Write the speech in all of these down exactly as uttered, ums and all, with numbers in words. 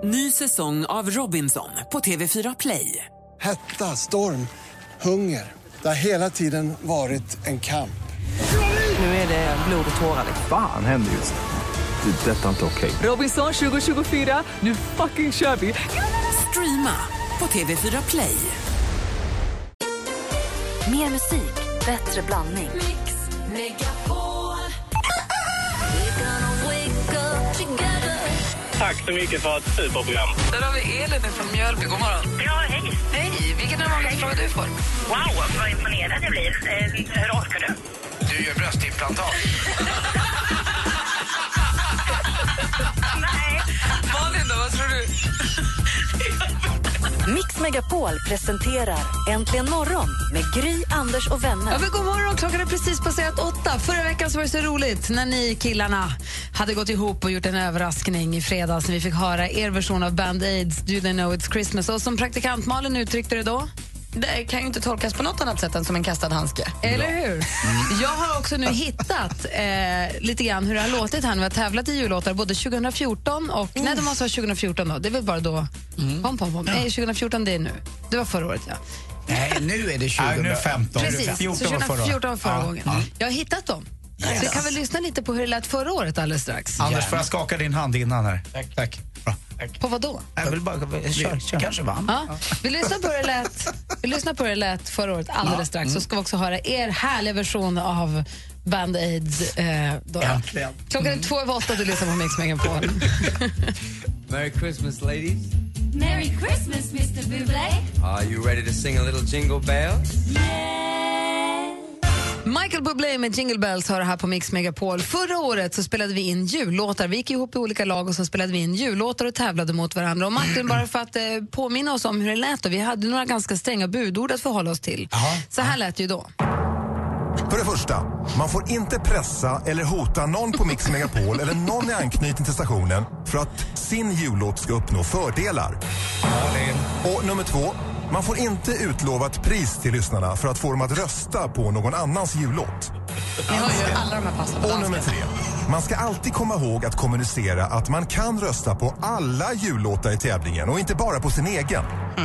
Ny säsong av Robinson på T V fyra Play. Hetta, storm, hunger. Det har hela tiden varit en kamp. Nu är det blod och tårar. Fan händer just det. Det är detta inte okej. Robinson tjugo tjugofyra, nu fucking kör vi. Streama på T V fyra Play. Mer musik, bättre blandning. Mix Megapol. Tack så mycket för ett superprogram. Där har vi Elin från Mjölby. God morgon. Ja, hej. Hej, vilken är den vanligaste fråga du får? Wow, vad imponerad jag blir. Eh, hur orkar du? Du gör bröstimplantat. Nej. Malin då, vad tror du? Mix Megapol presenterar Äntligen morgon med Gry, Anders och vänner. Ja, men god morgon, klockan är precis passerat åtta. Förra veckan så var det så roligt när ni killarna hade gått ihop och gjort en överraskning i fredags när vi fick höra er version av Band Aids Do They Know It's Christmas. Och som praktikant Malin uttryckte det då? Det kan ju inte tolkas på något annat sätt än som en kastad handske. Eller hur? Jag har också nu hittat eh, lite grann hur det har låtit här. Vi har tävlat i jullåtar både tjugo fjorton och... Mm. Nej, det måste vara tjugo fjorton då. Det är väl bara då... Mm. Pom, pom, pom. Nej, tjugo fjorton det är nu. Det var förra året, ja. Nej, nu är det tjugo femton. Precis, så tjugo fjorton var förra ja. gången. Ja. Jag har hittat dem. Yes. Så vi kan väl lyssna lite på hur det lät förra året alldeles strax. Anders, får jag skaka din hand innan här? Tack. Tack. Bra. Tack. På vad då? Jag vill bara... Kör, kör. Kanske vann. Ja. Vi lyssnar på hur det lät, vi lyssnar på hur det lät förra året alldeles ja. strax. Så ska vi också höra er härliga version av Band Aids. Eh, Äntligen. Klockan är två över åtta, du lyssnar på Mix Megapol. Merry Christmas, ladies. Merry Christmas, mister Bublé. Are you ready to sing a little jingle bells? Yeah. Michael Bublé med Jingle Bells har det här på Mix Megapol. Förra året så spelade vi in jullåtar. Vi gick ihop i olika lag och så spelade vi in jullåtar och tävlade mot varandra. Och Martin, bara för att eh, påminna oss om hur det lät då. Vi hade några ganska stränga budord att förhålla oss till. Aha. Så här lät det ju då. För det första, man får inte pressa eller hota någon på Mix Megapol eller någon i anknytning till stationen för att sin jullåt ska uppnå fördelar. Och nummer två, man får inte utlova ett pris till lyssnarna för att få dem att rösta på någon annans jullåt. Ni har ju alla de här passen. Och nummer tre, man ska alltid komma ihåg att kommunicera att man kan rösta på alla jullåtar i tävlingen och inte bara på sin egen. Mm.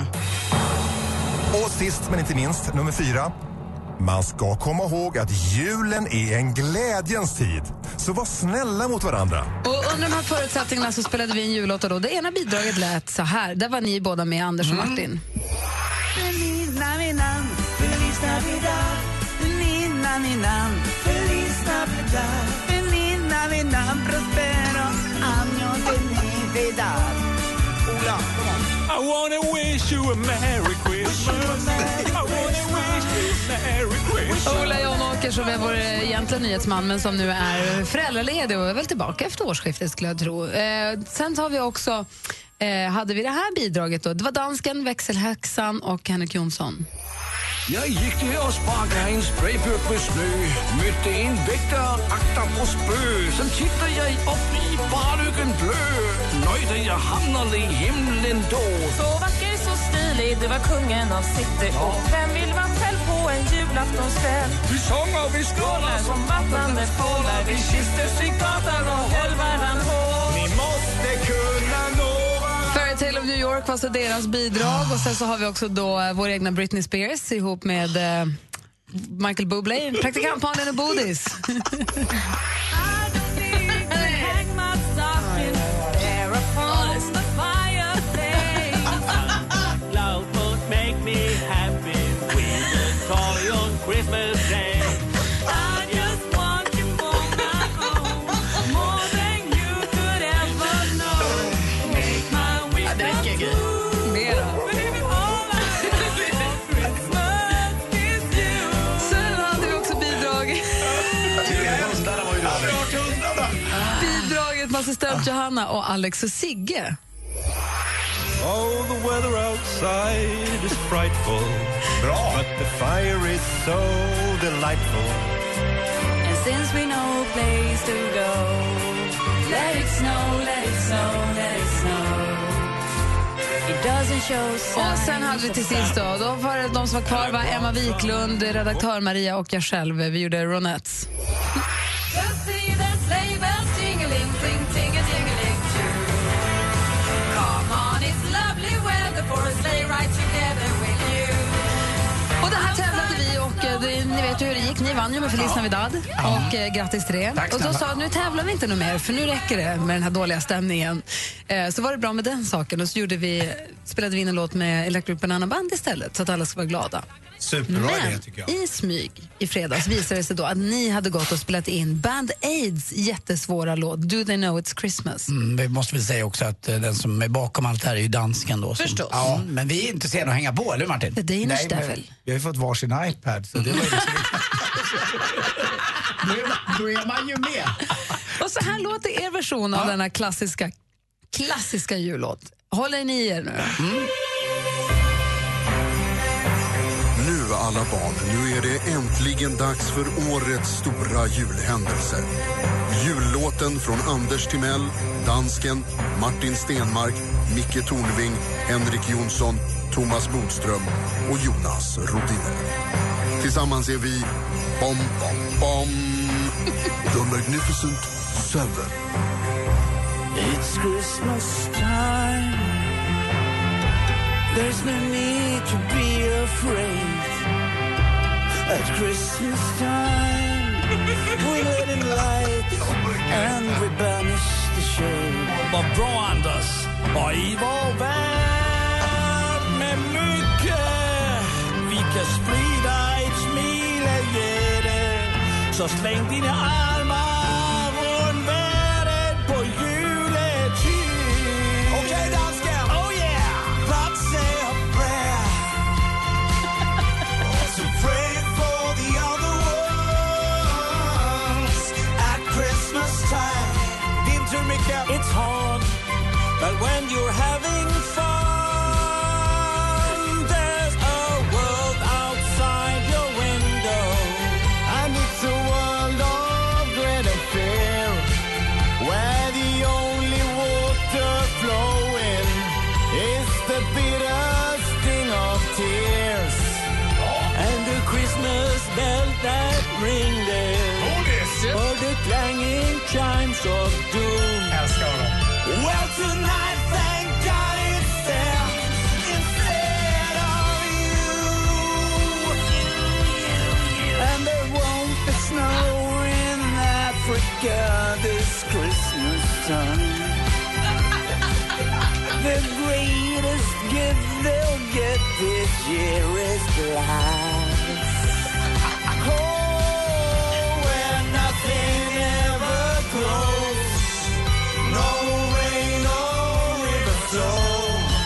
Och sist men inte minst, nummer fyra, man ska komma ihåg att julen är en glädjens tid. Så var snälla mot varandra. Och under de här förutsättningarna så spelade vi en jullåt och då. Det ena bidraget lät så här. Där var ni båda med, Anders och Martin. Feliz Navidad, Feliz Navidad, Feliz Navidad, Feliz Navidad, Feliz Navidad, prospero año de Navidad. Ola, I wanna wish you a Merry Christmas. I wanna wish you a Merry Christmas. Ola Jan-Åker som är vår egentligen nyhetsman men som nu är föräldraledig och är väl tillbaka efter årsskiftet skulle jag tro. Eh, sen har vi också eh, hade vi det här bidraget då. Det var dansken, växelhäxan och Henrik Jonsson. Jag gick ner och sparkade en sprayburk med snö. Mötte en väktare, akta på spö. Sen tittade jag upp i barlyckan blö. Nöjde jag hamnade i himlen då. Så vacker, så stilig, det var kungen av city. Och vem vill man själv på en julaftonskväll? Vi sånger, vi skålar som vattnande fålar. Vi kysstes i gatan och höll varann håll. Ni måste kunna nå. Fairytale of New York var så deras bidrag. Och sen så har vi också då vår egna Britney Spears ihop med eh, Michael Bublé. Praktikant Malin och Bodis. Assistent Johanna och Alex och Sigge. Oh, the weather outside is frightful. Bra. But the fire is so delightful. And since we know a place to go, let it snow, let it snow, let it snow. It doesn't show signs. Och sen hade vi till sist då, då var det de som var kvar var Emma Wiklund, redaktör Maria och jag själv. Vi gjorde Ronettes. Come vann ju med Feliz Navidad och eh, grattis till det. Tack, och då snälla. sa att nu tävlar vi inte nog mer för nu räcker det med den här dåliga stämningen. Eh, så var det bra med den saken och så gjorde vi, spelade vi in en låt med Electric Banana Band istället så att alla ska vara glada. Superbra Men idé tycker jag. i smyg i fredags visade det sig då att ni hade gått och spelat in Band Aids jättesvåra låt Do They Know It's Christmas. Mm, vi måste väl säga också att uh, den som är bakom allt här är ju dansken då. Som, Förstås. Ja, men vi är inte sena att hänga på, eller Martin? The Danish Nej, men Devil. vi har ju fått varsin iPad så det var ju liksom... då, är man, då är man ju med. Och så här låter er version av Ja. den här klassiska, klassiska jullåt. Håller ni i er nu? Mm. Nu alla barn, nu är det äntligen dags för årets stora julhändelse. Jullåten från Anders Timell, dansken, Martin Stenmark, Micke Tornving, Henrik Jonsson, Thomas Bodström och Jonas Rodiner. Tillsammans är vi Bom Bom Bom, The Magnificent Seven. It's Christmas time. There's no need to be afraid. At Christmas time we let in light and we banish the shade. Vad bra, Anders. Och i vår värld med mycket vi kan sprida ett smil och ge det. Så släng dina armar runt världen på juletid. Okej, dansken. Oh yeah! Let's say a prayer. So pray for the other ones at Christmas time. Vinter mycket. It's hard, but when you're having fun, there's a world outside your window. And it's a world of dread and fear, where the only water flowing is the bitter sting of tears. And the Christmas bell that ring there, or the clanging chimes of doom. Well, tonight, thank God it's there instead of you. And there won't be snow in Africa this Christmas time. The greatest gift they'll get this year is glass. Oh, where nothing ever grows. No rain or river flow.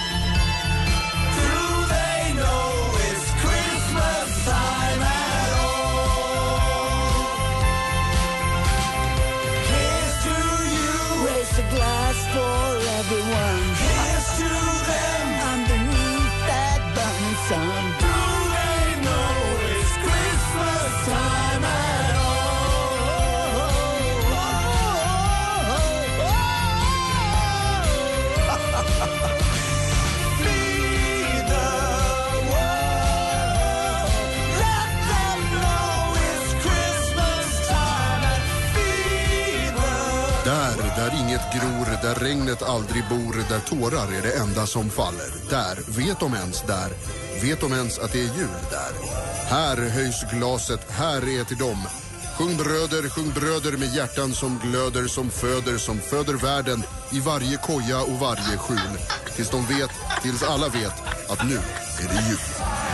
Do they know it's Christmas time at all? Here's to you. Raise a glass for everyone. Here's to them underneath that burning sun. Do they know it's Christmas time at Där, där inget gror, där regnet aldrig bor, där tårar är det enda som faller. Där, vet de ens där, vet de ens att det är jul där. Här höjs glaset, här är till dem. Sjung bröder, sjung bröder med hjärtan som glöder, som föder, som föder världen i varje koja och varje skjul. Tills de vet, tills alla vet att nu är det jul.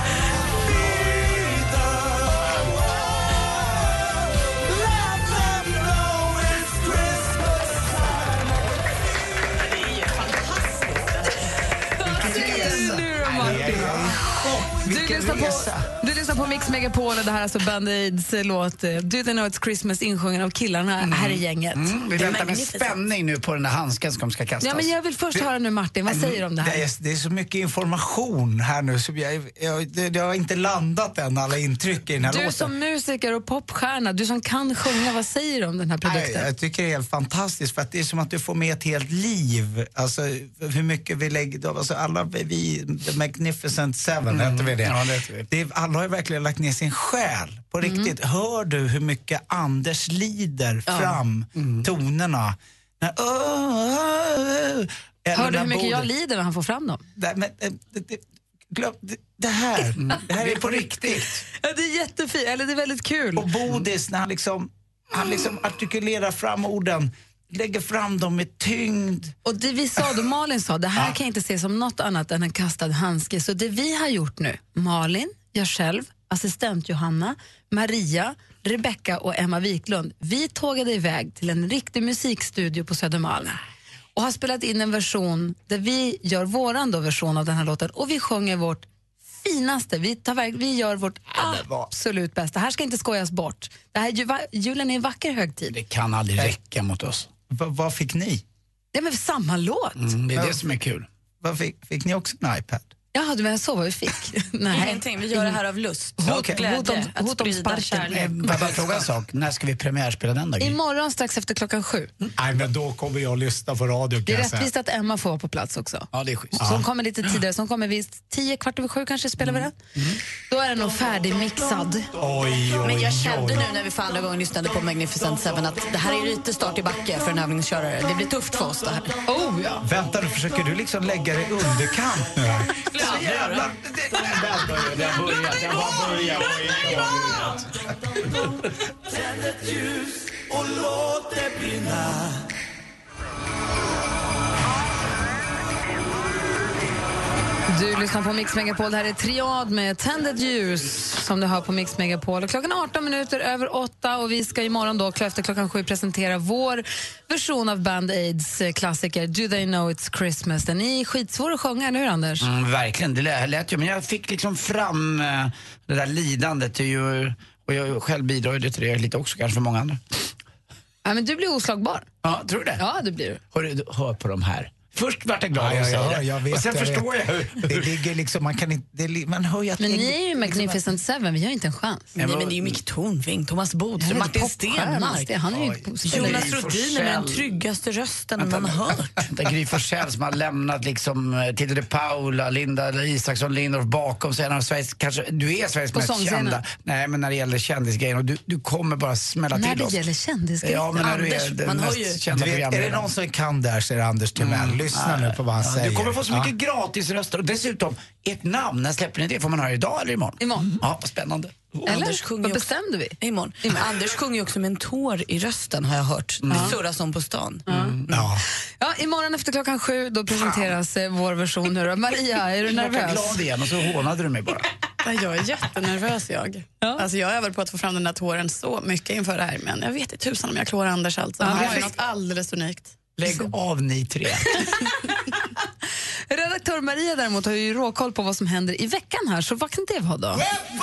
Du lyssnar, på, du lyssnar på Mix Megapol och det här är alltså Band Aids låt Do They Know It's Christmas insjungen av killarna mm. här i gänget. Mm, vi väntar med spänning nu på den här handsken som ska kastas. Ja, men jag vill först höra nu Martin, vad säger du om det här? Det är, det är så mycket information här nu så jag, jag, det, det har inte landat än alla intryck i den här du låten. Du som musiker och popstjärna, du som kan sjunga, vad säger du om den här produkten? Nej, jag tycker det är helt fantastiskt för att det är som att du får med ett helt liv. Alltså hur mycket vi lägger, alltså alla vi, The Magnificent Seven, mm. heter vi det. Ja, det, heter vi. Det är, alla har verkligen lagt ner sin själ. På mm. riktigt, hör du hur mycket Anders lider ja. fram mm. tonerna? När, oh, oh, oh, hör du hur mycket bordet. Jag lider när han får fram dem? Det, men, det, det, glöm, det, det här, det här är på riktigt. Ja, det är jättefint, eller det är väldigt kul. Och Bodis, när han liksom, han liksom artikulerar fram orden, lägger fram dem med tyngd. Och det vi sa då, Malin sa, det här ja. kan jag inte se som något annat än en kastad handske. Så det vi har gjort nu, Malin, jag själv, assistent Johanna, Maria, Rebecca och Emma Wiklund, vi tågade iväg till en riktig musikstudio på Södermalm och har spelat in en version där vi gör våran då version av den här låten och vi sjunger vårt finaste, vi, tar, vi gör vårt absolut bästa. Här ska inte skojas bort. Det här, julen är en vacker högtid. Det kan aldrig räcka mot oss. Va, vad fick ni? Det är med samma låt. Mm, det är det som är kul. Vad fick, fick ni också en iPad? Ja, du menar så vad vi fick. Nej. Ingenting, vi gör det här av lust. Hot, okay. glädje, hot om, att hot om sparken. Jag bara fråga en sak, när ska vi premiärspela den dagen? Imorgon strax efter klockan sju. Mm. Nej, men då kommer jag att lyssna på radio. Det är rättvist att Emma får vara på plats också. Ja, det är schysst. Så hon kommer lite tidigare, så hon kommer vid tio, kvart över sju kanske spelar vi den. Mm. Då är den nog färdigmixad. Oj, oj, men jag kände oj. nu när vi för andra gången lyssnade på Magnificent Seven att det här är lite start i backe för en övningskörare. Det blir tufft för oss det här. Oh, ja. Vänta, nu försöker du liksom lägga dig underkant nu här. Så jävla... Det har börjat, det har börjat. Tänd ett ljus och låt det brinna. Du lyssnar på Mix Megapol. Det här är Triad med Tänd ett ljus som du hör på Mix Megapol. Och klockan arton minuter över åtta och vi ska imorgon då efter klockan sju presentera vår version av Band Aids klassiker Do They Know It's Christmas. Den är skitsvår att sjunga, nu Anders? Mm, verkligen, det lät, lät ju. Men jag fick liksom fram uh, det där lidandet ju, och jag själv bidrar till det lite också, kanske för många andra. Ja, men du blir oslagbar. Ja, tror du det? Ja, det blir du. Hör, du, hör på de här. Först vart jag glad ja, att ja, säga jag vet, och sen jag förstår vet. jag hur... Det ligger liksom, man kan inte... Det, man hör ju att men det, ni är ju Magnificent Seven, vi har inte en chans. Nej, men det är ju Micke Tornving, Thomas Bodström, Martin Stenmark. Han är ju Jonas Rodiner med den tryggaste rösten man har hört. Det är Gry Forssell som har lämnat liksom Titte de Paula, Linda Isaksson, Lindorff bakom sig. En av Sveriges, kanske, du är Sveriges mest kända. Nej, men när det gäller kändisgrejen och du, du kommer bara smälla när till oss. När det gäller kändisgrejen? Ja, men när Anders, du är den man mest har ju, kända programledaren. Är det någon som kan där så är det Anders Timell. Mm. Lyssna mm. nu på vad han ja, säger. Du kommer få så mycket ja. gratis röster. Och dessutom, ert namn, när släpper ni det? Får man höra idag eller imorgon? Imorgon. Ja, spännande. Eller? Anders vad bestämde vi? Imorgon. Imorgon. Anders sjunger ju också med en tår i rösten, har jag hört. Mm. Det surras om på stan. Mm. Mm. Ja. Ja, imorgon efter klockan sju då presenteras eh, vår version. Nu då. Maria, är du nervös? Jag var glad igen och så hånade du mig bara. Jag är jättenervös jag. Ja. Alltså jag övar på att få fram den där tåren så mycket inför det här, men jag vet inte tusan om jag klarar Anders alltså. Han har ju något alldeles unikt. Lägg av ni tre. Redaktör Maria däremot har ju råkoll på vad som händer i veckan här, så vad kan det vara då?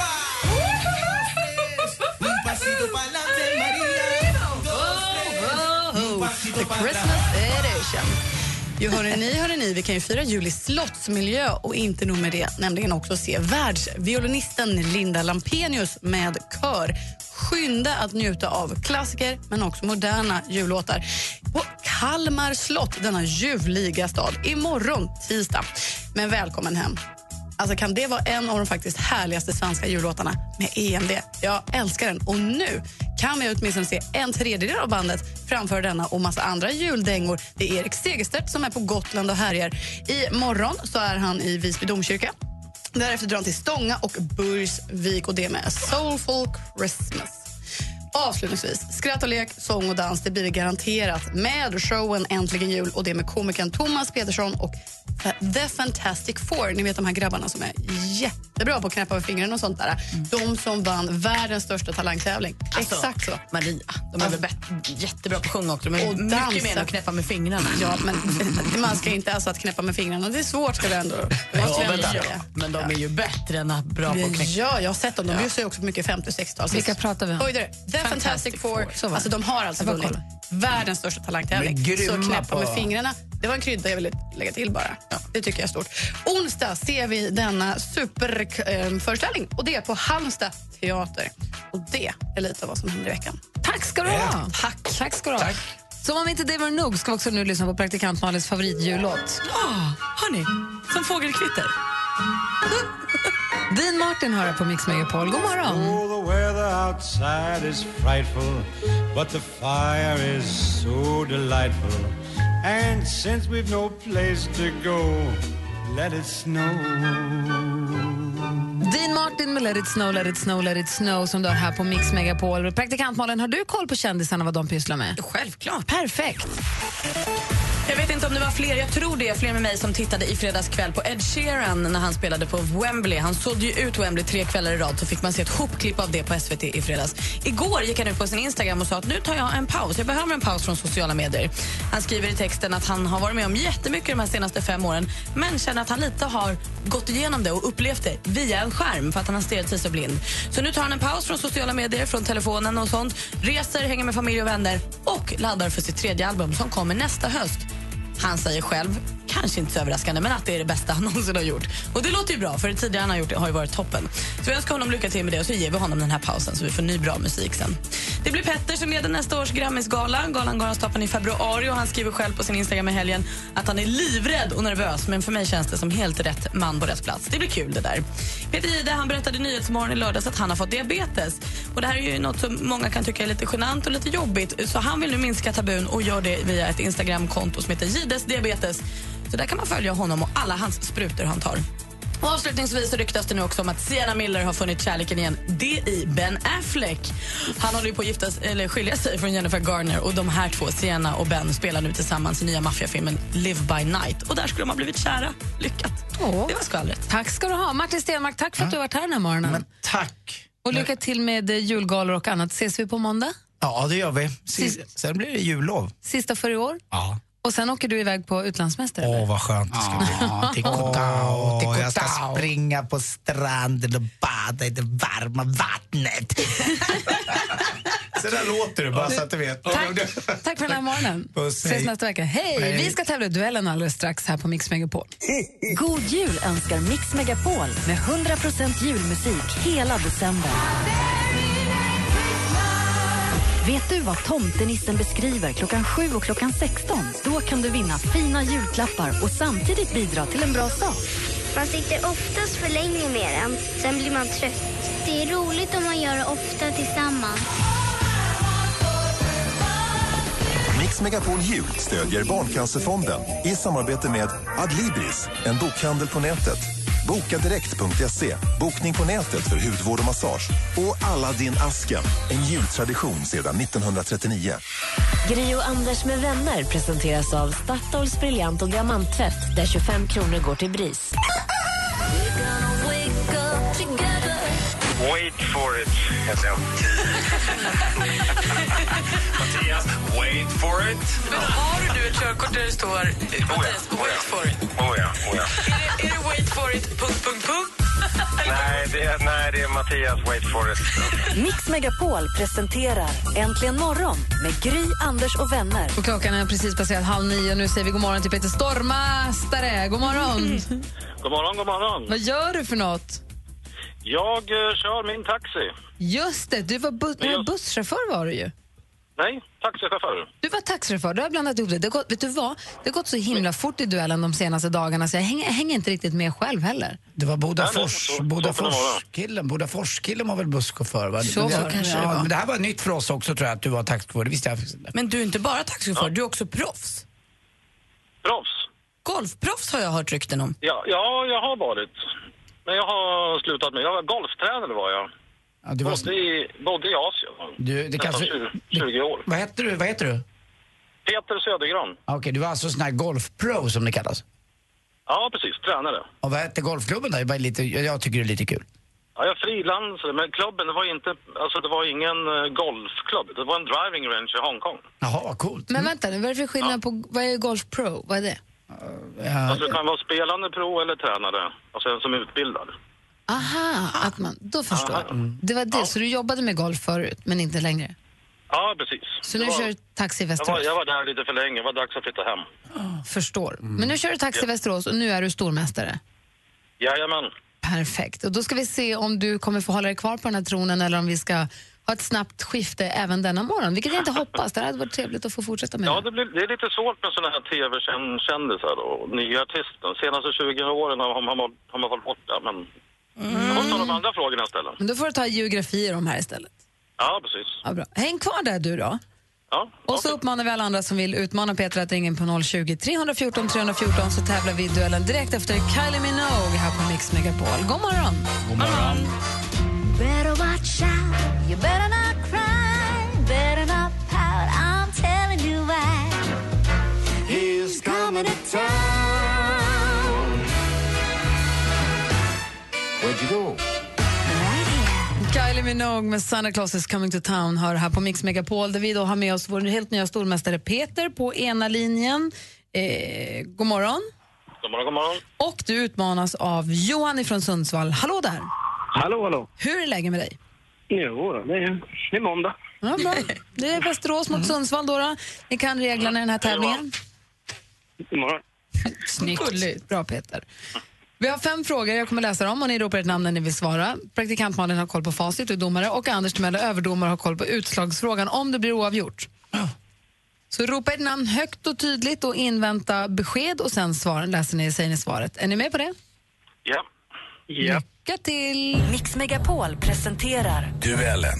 The Christmas edition. Jo, hörni, ni, hörni, ni, vi kan ju fira jul i slottsmiljö och inte nog med det, nämligen också se världsviolinisten Linda Lampenius med kör. Skynda att njuta av klassiker men också moderna jullåtar på Kalmar slott, denna ljuvliga stad, imorgon tisdag. Men välkommen hem. Alltså kan det vara en av de faktiskt härligaste svenska jullåtarna med E M D? Jag älskar den och nu kan vi åtminstone se en tredjedel av bandet framför denna och massa andra juldängor. Det är Erik Segerstedt som är på Gotland och härjar. I morgon så är han i Visby domkyrka. Därefter drar han till Stånga och Burgsvik och det med A Soulful Christmas. Avslutningsvis, skratt och lek, sång och dans, det blir det garanterat med showen Äntligen jul och det med komikern Thomas Petersson och The Fantastic Four. Ni vet de här grabbarna som är jättebra på att knäppa med fingrarna och sånt där. Mm. De som vann världens största talangtävling. Alltså, exakt så. Maria, de är väl bet- jättebra på att sjunga också. Men och mycket dansa. mer än att knäppa med fingrarna. Ja, men man ska inte alltså att knäppa med fingrarna. Det är svårt ska det ändå. Ja, men, ja. men de är ju bättre än att bra på att knäppa. Ja, jag har sett dem. De bjussar ju också mycket femtio och sextio-tal. Vilka pratar vi om? Oj, det The Fantastic, Fantastic Four. Four. Alltså de har alltså vunnit världens största talangtävling. Så knäppa med fingrarna. Det var en krydda jag ville lägga till bara. Ja. Det tycker jag är stort. Onsdag ser vi denna superföreställning och det är på Halmstad teater. Och det är lite av vad som händer i veckan. Tack ska du ha. Ja. Tack. Tack ska du ha. Tack. Som om inte det var nog ska vi också nu lyssna på praktikant Malins favoritjullåt. Ja, oh, hörni, som fågelkvitter. Dean Martin hör på Mix Megapol. God morgon. Oh, the weather outside is frightful, but the fire is so delightful. And since we've no place to go, let it snow. Dean Martin med Let it snow, let it snow, let it snow som du har här på Mix Megapol. Praktikant Malin, har du koll på kändisarna vad de pysslar med? Självklart. Perfekt. Jag vet inte om det var fler, jag tror det är fler med mig som tittade i fredags kväll på Ed Sheeran när han spelade på Wembley. Han sålde ju ut Wembley tre kvällar i rad, så fick man se ett hopklipp av det på S V T i fredags. Igår gick han ut på sin Instagram och sa att nu tar jag en paus, jag behöver en paus från sociala medier. Han skriver i texten att han har varit med om jättemycket de här senaste fem åren, men känner att han lite har gått igenom det och upplevt det via en skärm för att han har stirrat sig så blind. Så nu tar han en paus från sociala medier, från telefonen och sånt, reser, hänger med familj och vänner och laddar för sitt tredje album som kommer nästa höst. Han säger själv, kanske inte så överraskande, men att det är det bästa han någonsin har gjort. Och det låter ju bra, för det tidigare han har gjort har ju varit toppen. Så jag önskar honom lycka till med det och så ger vi honom den här pausen så vi får ny bra musik sen. Det blir Petter som leder nästa års Grammisgala. Galan går av stapeln i februari och han skriver själv på sin Instagram i helgen att han är livrädd och nervös, men för mig känns det som helt rätt man på rätt plats. Det blir kul det där. Peter Jihde, han berättade i Nyhetsmorgon i lördags att han har fått diabetes. Och det här är ju något som många kan tycka är lite genant och lite jobbigt. Så han vill nu minska tabun och gör det via ett Instagramkonto som heter Jihdes diabetes. Så där kan man följa honom och alla hans sprutor han tar. Och avslutningsvis så ryktas det nu också om att Sienna Miller har funnit kärleken igen. Det i Ben Affleck. Han håller ju på att giftas, eller skilja sig från Jennifer Garner. Och de här två, Sienna och Ben, spelar nu tillsammans i nya maffiafilmen Live by Night. Och där skulle de ha blivit kära. Lyckat. Åh. Det var skvallret. Tack ska du ha. Martin Stenmark, tack för att du har varit här den här morgonen. Men tack. Och lycka till med julgalor och annat. Ses vi på måndag? Ja, det gör vi. Sist- Sen blir det jullov. Sista för i år? Ja. Och sen åker du iväg på utlandsmästare? Åh, vad skönt det ska bli. Åh, jag ska springa på stranden och bada i det varma vattnet. Så där låter det, bara så att du vet. Tack, tack för den här morgonen. Puss, ses nästa vecka. Hej! Hej. Vi ska tävla i duellen alldeles strax här på Mix Megapol. God jul önskar Mix Megapol med hundra procent julmusik hela december. Vet du vad tomtenissen beskriver klockan sju och klockan sexton? Då kan du vinna fina julklappar och samtidigt bidra till en bra sak. Man sitter oftast för länge med den, sen blir man trött. Det är roligt om man gör det ofta tillsammans. Mix Megapol Jul stödjer Barncancerfonden i samarbete med Adlibris, en bokhandel på nätet. Boka direkt punkt se, bokning på nätet för hudvård och massage. Och Aladdin Asken, en jultradition sedan nittonhundratrettionio. Gri och Anders med vänner presenteras av Statoils briljant och diamanttvätt där tjugofem kronor går till BRIS. Wait for it, heter jag. Mattias, wait for it. Men har du nu ett körkort där det står Mattias, wait for it? Oh ja, oh ja. Är det, är det wait for it, punkt, punkt, punkt? nej, det är, nej, det är Mattias, wait for it. Mix Megapol presenterar Äntligen morgon med Gry, Anders och vänner. Och klockan är precis passerat halv nio. Nu säger vi god morgon till Peter Stormastare. God morgon. God morgon, god morgon. Vad gör du för något? Jag uh, kör min taxi. Just det, du var bu- Men jag- busschaufför var du ju. Nej, taxichaufför. Du var taxichaufför, du har blandat ihop det. det har gått, vet du vad? Det har gått så himla fort i duellen de senaste dagarna så jag hänger, hänger inte riktigt med själv heller. Det var Bodafors, Nej, nej, så- så kan det Bodafors-killen. Bodafors-killen var väl busschaufför, va? Så det, var kanske det ja, var. men det här var nytt för oss också, tror jag, att du var taxichaufför. Det visste jag faktiskt inte. Men du är inte bara taxichaufför, du är också proffs. Proffs? Golfproffs har jag hört rykten om. Ja, ja, jag har varit. Men jag har slutat med. Jag var golftränare var jag. Ja, du var bodde, i, bodde i Asien. Du, det Nästan kanske- tjugo, tjugo år. Vad heter du? Vad heter du? Peter Södergran. Ah, Okej, du var alltså sån här golfpro som det kallas. Ja, precis. Tränare. Och vad hette golfklubben då? Det är bara lite, jag tycker det är lite kul. Ja, jag frilansade, men klubben, det var inte, alltså det var ingen eh, golfklubb. Det var en driving range i Hongkong. Jaha, vad coolt. Men vänta nu, vad är det för skillnad på, vad är Golf Pro? Vad är det? Alltså det kan vara spelande pro eller tränare, alltså en som är utbildad. Aha, att man, då förstår jag. Mm. Det var det, så du jobbade med golf förut, men inte längre? Ja, precis. Så nu Det var- kör du taxi i jag var, Västerås? jag var där lite för länge, det var dags att flytta hem. Förstår. Men nu kör du taxi i Ja. Västerås och nu är du stormästare? Jajamän. Perfekt. Och då ska vi se om du kommer få hålla dig kvar på den här tronen eller om vi ska ha ett snabbt skifte även denna morgon, vilket jag inte hoppas. Det hade varit trevligt att få fortsätta med Ja, det. det, blir, det är lite svårt med sådana här tv-kändisar och nya artister. De senaste tjugo åren har man, har man varit borta, men jag får ta de andra frågorna istället. Men då får du ta geografi i de här istället. Ja, precis. Ja, bra. Häng kvar där du då. Ja, och så uppmanar vi alla andra som vill utmana Peter att ringa in på noll tjugo, tre fjorton, tre fjorton så tävlar vi i duellen direkt efter Kylie Minogue här på Mix Megapol. God morgon! God morgon! Better watch out, you better not cry, better not pout, I'm telling you why. He's coming to town. Where'd you go? Kylie Minogue med Santa Claus is coming to town hör här på Mix Megapol där vi då har med oss vår helt nya stormästare Peter på ena linjen. Eh, god morgon. God morgon, god morgon. Och du utmanas av Johan ifrån Sundsvall. Hallå där. Hallå, hallå. Hur är läget med dig? Jo, det är, det är måndag. Ja, bra. Det är Västerås mot Sundsvall då, då. Ni kan reglerna i den här tävlingen. God morgon. Snyggt. Bra Peter. Vi har fem frågor, jag kommer läsa dem och ni ropar ett namn när ni vill svara. Praktikant Malin har koll på facit och domare och Anders Timell, överdomare, har koll på utslagsfrågan om det blir oavgjort. Så ropa ett namn högt och tydligt och invänta besked och sen svaren läser ni, säger ni svaret. Är ni med på det? Ja. Ja. Lycka till! Mix Megapol presenterar Duellen.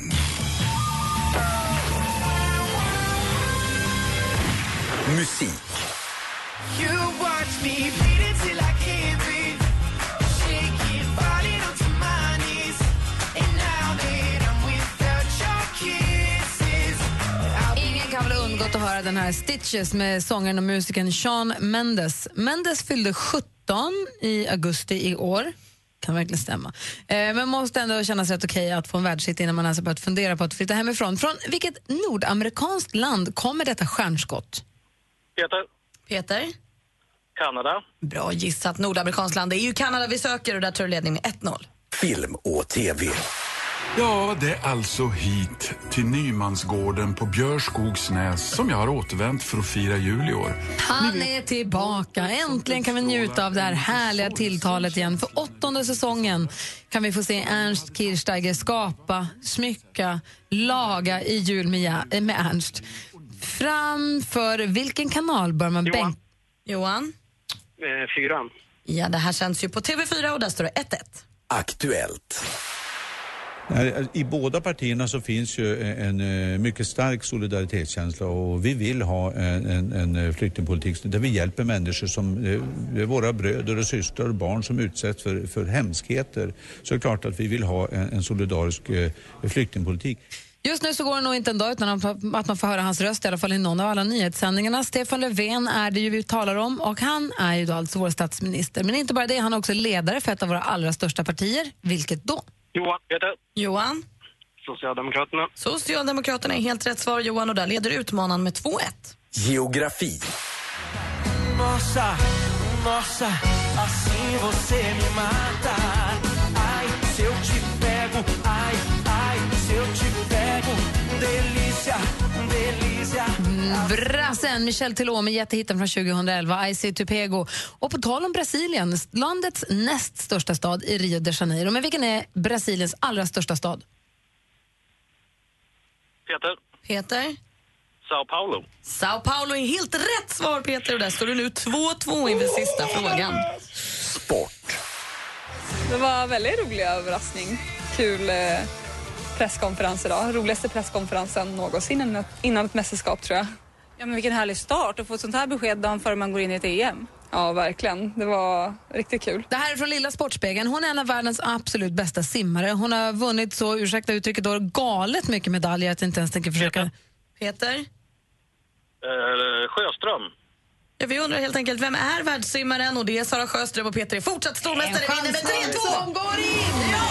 Musik. You watch me beat it till I can't breathe. Shake it, falling onto my knees. And now that I'm without your kisses. Ingen kan väl undgått att höra den här Stitches med sångaren och musikern Shawn Mendes. Mendes fyllde sjutton i augusti i år. Kan verkligen stämma. Eh, men måste ändå kännas rätt okej att få en världshit innan man alltså börjat fundera på att flytta hemifrån. Från vilket nordamerikanskt land kommer detta stjärnskott? Peter. Peter? Kanada. Bra gissat. Nordamerikanskt land. Det är ju Kanada vi söker och där tar du ledning med ett noll. Film och tv. Ja, det är alltså hit till Nymansgården på Björskogsnäs som jag har återvänt för att fira jul i år. Han är tillbaka. Äntligen kan vi njuta av det här härliga tilltalet igen. För åttonde säsongen kan vi få se Ernst Kirchsteiger skapa, smycka, laga i jul med, med Ernst. Framför vilken kanal bör man bänka? Johan? Eh, fyran. Ja, det här känns ju på T V fyra och där står det ett ett. Aktuellt. I båda partierna så finns ju en mycket stark solidaritetskänsla och vi vill ha en, en, en flyktingpolitik där vi hjälper människor som våra bröder och systrar och barn som utsätts för, för hemskheter. Så är det klart att vi vill ha en, en solidarisk flyktingpolitik. Just nu så går det nog inte en dag utan att man får höra hans röst i alla fall i någon av alla nyhetssändningarna. Stefan Löfven är det ju vi talar om och han är ju då alltså vår statsminister. Men inte bara det, han är också ledare för ett av våra allra största partier. Vilket då? Johan, Peter. Johan? Socialdemokraterna. Socialdemokraterna är helt rätt svar, Johan, och där leder utmanaren med två ett. Geografi. Nossa, nossa, assim você me mata. Ai, se eu te pego, ai, ai, se eu te pego, delícia, delícia. Brassen, Michel Teló med jättehitten från tjugohundraelva, I See Tupego. Och på tal om Brasilien, landets näst största stad i Rio de Janeiro. Men vilken är Brasiliens allra största stad? Peter. Peter? Sao Paulo. Sao Paulo är helt rätt svar, Peter. Och där står det nu två två inför sista frågan. Sport. Det var en väldigt rolig överraskning. Kul eh, presskonferens idag. Roligaste presskonferensen någonsin innan ett mästerskap, tror jag. Ja, men vilken härlig start att få ett sånt här besked dagen före man går in i ett E M. Ja, verkligen. Det var riktigt kul. Det här är från Lilla Sportspegeln. Hon är en av världens absolut bästa simmare. Hon har vunnit, så ursäkta uttrycket, då, galet mycket medaljer att jag inte ens tänker försöka. Peter? Eh, Sjöström. Ja, vi undrar helt enkelt, vem är världssimmaren? Och det är Sara Sjöström och Peter är fortsatt stormästare. Vinner med tre två. Som går in! Ja!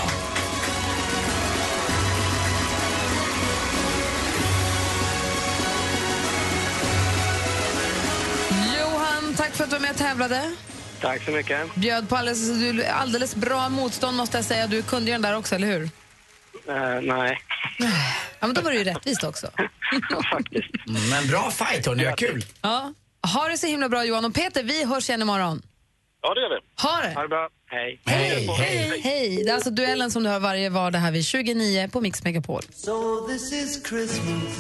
Tack för att du var med och tävlade. Tack så mycket. Bjöd på alldeles, du, alldeles bra motstånd måste jag säga. Du kunde ju den där också, eller hur? Uh, nej. Ja, men då var det ju rättvist också. Faktiskt. Men bra fight, hörni. Det var kul. Ja. Ha det så himla bra, Johan. Och Peter, vi hörs igen imorgon. Ja, det gör vi. Ha det. Ha det bra. Hej. Hej. Hej. Hej. Hej. Det är alltså duellen som du hör varje vardag här vid tjugonio på Mix Megapol. So this is Christmas.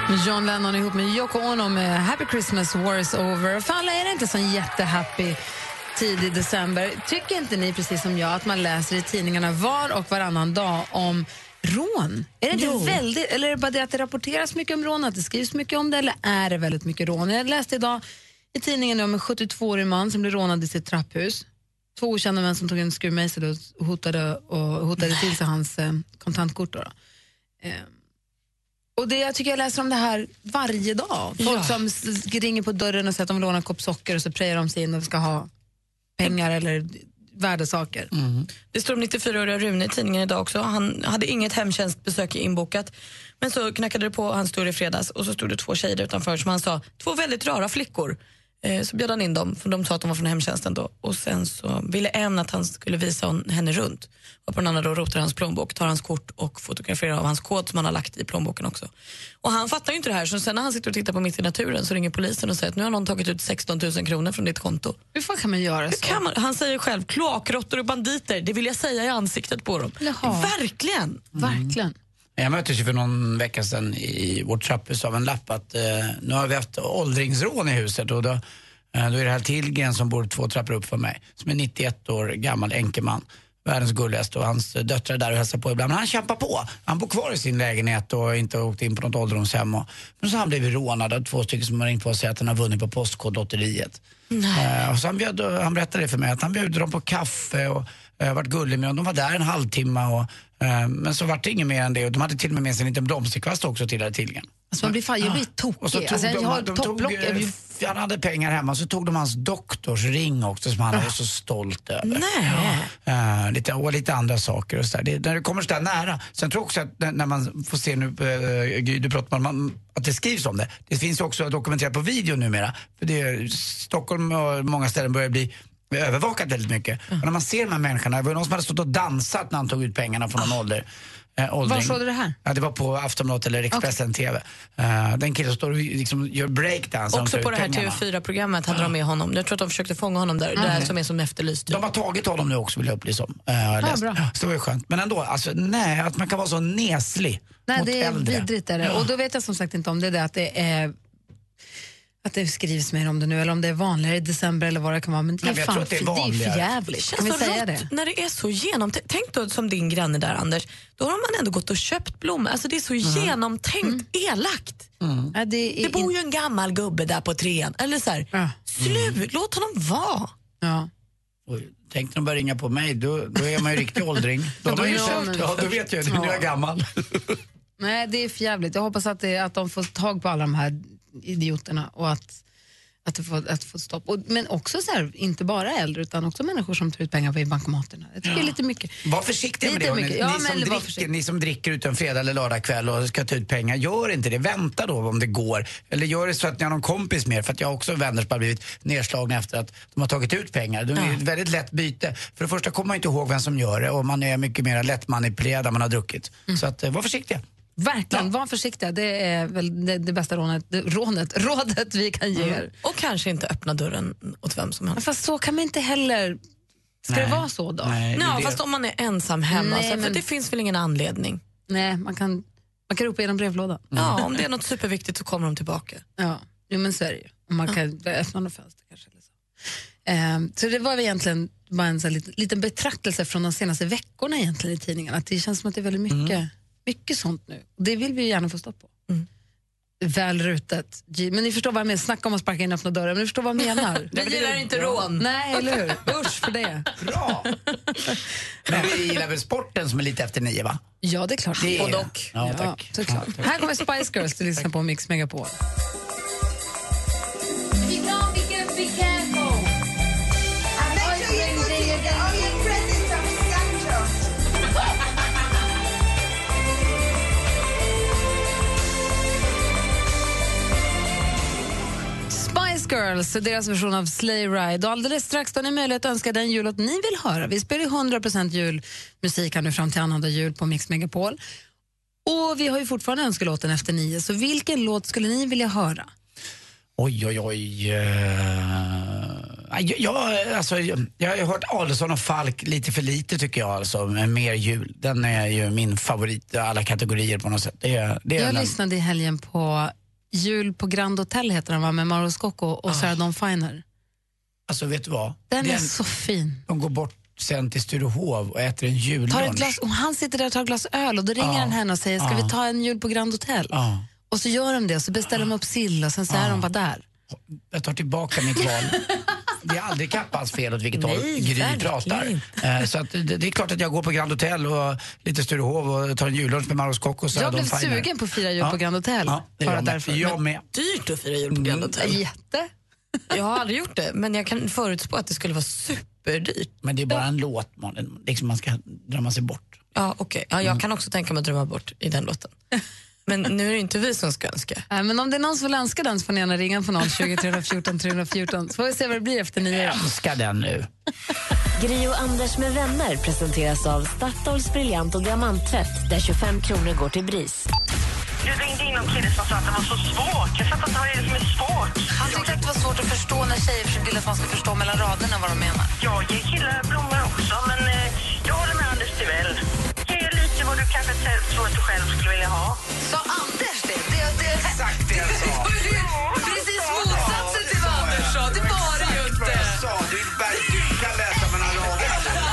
John Lennon ihop med Yoko Ono med Happy Christmas, War is over. För alla är det inte så jättehappy tid i december. Tycker inte ni precis som jag att man läser i tidningarna var och varannan dag om rån? Är det inte jo. väldigt, eller är det bara det att det rapporteras mycket om rån, att det skrivs mycket om det, eller är det väldigt mycket rån? Jag läste idag i tidningen om en sjuttiotvåårig man som blev rånad i sitt trapphus. Två okända män som tog en skruvmejsel och hotade, och hotade till sig hans eh, kontantkort. Då, då. Eh, och det, jag tycker jag läser om det här varje dag. Folk ja. som ringer på dörren och säger att de vill låna en kopp socker och så prejar de sig in och ska ha pengar eller värdesaker. Mm. Det står om nittiofyraåriga Rune i tidningen idag också. Han hade inget hemtjänstbesök inbokat. Men så knackade det på hans dörr i fredags och så stod det två tjejer utanför som han sa, två väldigt rara flickor. Eh, så bjöd han in dem, för de sa att de var från hemtjänsten då. Och sen så ville en att han skulle visa hon, henne runt. Och på den andra då rotar hans plånbok, tar hans kort och fotograferar av hans kod som han har lagt i plånboken också. Och han fattar ju inte det här, så sen när han sitter och tittar på Mitt i naturen så ringer polisen och säger att nu har någon tagit ut sexton tusen kronor från ditt konto. Hur fan kan man göra så? Kan man? Han säger själv, kloakråttor och banditer, det vill jag säga i ansiktet på dem. Jaha. Verkligen. Mm. Verkligen. Jag möttes ju för någon vecka sedan i vårt trapphus av en lapp att eh, nu har vi haft åldringsrån i huset och då, eh, då är det här Tillgren som bor två trappor upp för mig, som är nittioett år gammal enkeman, världens gulligaste, och hans döttrar där och hälsar på ibland. Men han kämpar på. Han bor kvar i sin lägenhet och inte åkt in på något ålderdomshem. Och, men så har han blivit rånad av två stycken som har ringt på och säger att han har vunnit på Postkodlotteriet. Eh, och så han, bjöd, han berättade det för mig att han bjöd dem på kaffe och eh, varit gullig med dem. De var där en halvtimme och eh, men så var det inget mer än det. Och de hade till och med med sig en liten blomsterkvast också till det här Tillgren. Alltså man blir fan, jag blir tokig. Och så tog alltså, de, jag har de, topplock. tog, eh, han hade pengar hemma, så tog de hans doktorsring också som han var så stolt över. Nej. Ja. Uh, lite, och lite andra saker och så där. Det, när det kommer så där nära. Sen tror jag också att när man får se nu, uh, du pratar om att det skrivs om det. Det finns också dokumenterat på video numera. För det är, Stockholm och många ställen börjar bli övervakat väldigt mycket. Mm. Och när man ser de här människorna, det var någon som hade stått och dansat när han tog ut pengarna från någon ålder. Eh, Var såg du det här? Ja, det var på Aftonbladet eller Expressen okay. T V. Uh, den killen står och liksom gör breakdance. Också på det här T V fyra-programmet hade de med honom. Jag tror att de försökte fånga honom där. Mm. Det här som är som efterlyst. De har tagit honom nu också, vill jag upplysa om. Uh, ah, bra. Så det var ju skönt. Men ändå, alltså, nej, att man kan vara så neslig nej, mot det är äldre. Vidrigt är det. Och då vet jag som sagt inte om det är det att det är att det skrivs mer om det nu, eller om det är vanligare i december eller vad det kan vara. Men det är nej, fan det är, för, det är för jävligt. Kan vi säga det? När det är så genomtänkt. Tänk då som din granne där, Anders. Då har man ändå gått och köpt blommor. Alltså det är så mm. genomtänkt mm. elakt. Mm. Ja, det, är det bor ju en gammal gubbe där på trean. Eller så här, ja. slut, mm. låt honom vara. Ja. Tänk när de börjar ringa på mig, då, då är man ju riktig åldring. Då, då, ju ja, ja, då vet jag, nu är jag gammal. Nej, det är för jävligt. Jag hoppas att, det, att de får tag på alla de här idioterna och att Att det får, att få stopp. Och, men också så här, inte bara äldre utan också människor som tar ut pengar på bankomaterna. Jag tycker ja. det är lite mycket. Var försiktiga med det. Ni, ja, ni, som dricker, ni som dricker ut en fredag eller lördagkväll och ska ta ut pengar, gör inte det. Vänta då om det går. Eller gör det så att ni har någon kompis mer. För att jag har också vänner som har blivit nedslagna efter att de har tagit ut pengar. Det är ja. ett väldigt lätt byte. För det första kommer man inte ihåg vem som gör det och man är mycket mer lätt manipulerad när man har druckit. Mm. Så att, var försiktiga. Verkligen, ja. Var försiktiga. Det är väl det, det bästa rånet, det, rånet, rådet vi kan ge er. Mm. Och kanske inte öppna dörren åt vem som helst. Fast så kan man inte heller. Ska Nej. det vara så då? Nej, Nej fast om man är ensam hemma. Nej, så, men... för det finns väl ingen anledning. Nej, man kan, man kan ropa genom brevlådan. Mm. Ja, om det är något superviktigt så kommer de tillbaka. Ja, jo, men så är det ju. Man kan ja. öppna något fönster kanske. Eller så. Um, så det var väl egentligen bara en så här liten, liten betraktelse från de senaste veckorna egentligen i tidningen. Att det känns som att det är väldigt mycket... Mm. Mycket sånt nu. Det vill vi gärna få stopp på. Mm. Väl rutet. Men ni förstår vad jag menar. Snacka om att sparka in öppna dörrar. Men ni förstår vad jag menar. Vi gillar inte rån. Nej, eller hur? Usch för det. Bra. Men vi gillar väl sporten som är lite efter nio, va? Ja, det är klart. Det är... Och dock. Ja, tack. Ja, såklart. Ja, här kommer Spice Girls till lyssna på Mix Megapol. Girls, deras version av Sleigh Ride. Och alldeles strax då har ni möjlighet att önska den jullåt ni vill höra. Vi spelar hundra procent julmusik här nu fram till annandag jul på Mix Megapol. Och vi har ju fortfarande önskelåten efter nio. Så vilken låt skulle ni vilja höra? Oj, oj, oj. Uh... jag, jag, alltså, jag, jag har hört Adelsson och Falk lite för lite tycker jag, alltså, med Mer jul. Den är ju min favorit i alla kategorier på något sätt. Det är, det är jag den. lyssnade i helgen på Jul på Grand Hotel heter den, va, med Mauro Scocco och ah. Sarah Dawn Finer. Alltså vet du vad? Den, den är är så fin. De går bort sen till Sturehov och äter en jullunch. Tar ett glas, och han sitter där och tar ett glas öl och då ringer ah. han henne och säger, ska ah. vi ta en jul på Grand Hotel? Ah. Och så gör de det och så beställer de upp sill och sen så är ah. de bara där. Jag tar tillbaka mitt val. Det är aldrig Kappans fel åt vilket håll Gry pratar. Eh, så att det, det är klart att jag går på Grand Hotel och lite Sturehov och tar en jullunch med Mauro Scocco. Och jag blev sugen på att fira jul ja. på Grand Hotel. Ja, det bara jag därför. Med. Jag med. Dyrt att fira jul på Grand Hotel. Mm. Jätte. Jag har aldrig gjort det, men jag kan förutspå att det skulle vara superdyrt. Men det är bara en låt, man, liksom man ska drömma sig bort. Ja, okej. Okay. Ja, jag mm. kan också tänka mig att drömma bort i den låten. Men nu är det inte vi som ska önska. Nej, men om det är någon som vill önska den så får ni gärna ringa på noll tjugo, tre fjorton, tre fjorton. Så får vi se vad det blir efter nio. Jag önskar den nu. Gri och Anders med vänner presenteras av Statoils briljant och diamanttvätt där tjugofem kronor går till BRIS. Du ringde in någon kille som sa att det var så svårt. Jag fattar inte vad det är som är svårt. Han tyckte att det var svårt att förstå när tjejer vill att man ska förstå mellan raderna vad de menar. Jag ger killar blommor också, men eh, jag håller med Anders Tivell. Ge lite vad du kanske tror att du själv skulle vilja ha. Så Anders det? Det, det är exakt det jag sa. Precis motsatsen till vad Anders sa. Det var det ju inte. Jag sa, du kan läsa mellan raderna.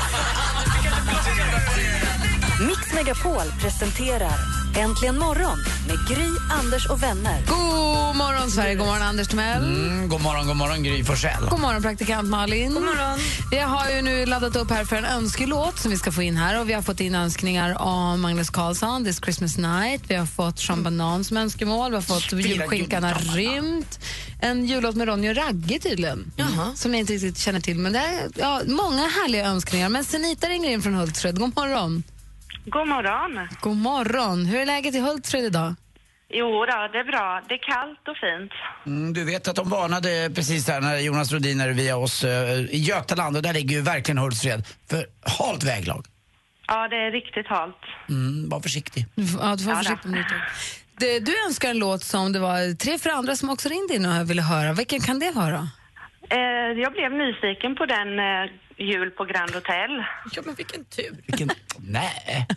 Mix Megapol presenterar Äntligen morgon med Gry, Anders och vänner. God morgon Sverige, god morgon Anders Timell. Mm, god morgon, god morgon Gry Forssell. God morgon praktikant Malin. God morgon. Vi har ju nu laddat upp här för en önskelåt som vi ska få in här. Och vi har fått in önskningar av Magnus Carlsson, This Christmas Night. Vi har fått Sean Banan som önskemål. Vi har fått Julskinkan har rymt. En jullåt med Ronny och Ragge tydligen. Jaha. Som ni inte riktigt känner till. Men det är ja, många härliga önskningar. Men Senita ringer in från Hultsfred. God morgon. God morgon. God morgon. Hur är läget i Hultsfred idag? Jo då, det är bra. Det är kallt och fint. Mm, du vet att de varnade precis där när Jonas Rodiner via oss uh, i Götaland, och där ligger ju verkligen Hultsfred för halt väglag. Ja, det är riktigt halt. Mm, var försiktig. Ja, du får vara försiktig med det. Du önskar en låt som det var tre för andra som också ringde in och ville höra. Vilken kan det vara? Eh, jag blev nyfiken på den eh, Jul på Grand Hotel. Ja, men vilken tur. Vilken... Nej.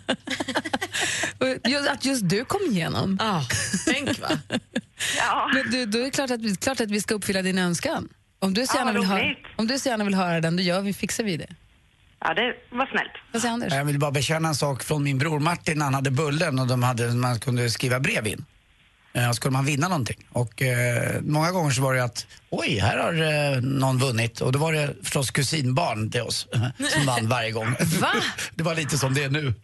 just, att just du kom igenom. Ja, ah, tänk va. Ja. Men du, då är det klart att, klart att vi ska uppfylla din önskan. Om du så gärna, ja, vill, höra, om du så gärna vill höra den, då gör vi, fixar vi det. Ja, det var snällt. Vad säger Anders? Jag vill bara bekänna en sak från min bror Martin. Han hade bullen och de hade, man kunde skriva brev in. Och skulle man vinna någonting. Och eh, många gånger så var det att oj, här har eh, någon vunnit. Och då var det förstås kusinbarn till oss som vann varje gång. Va? Det var lite som det är nu.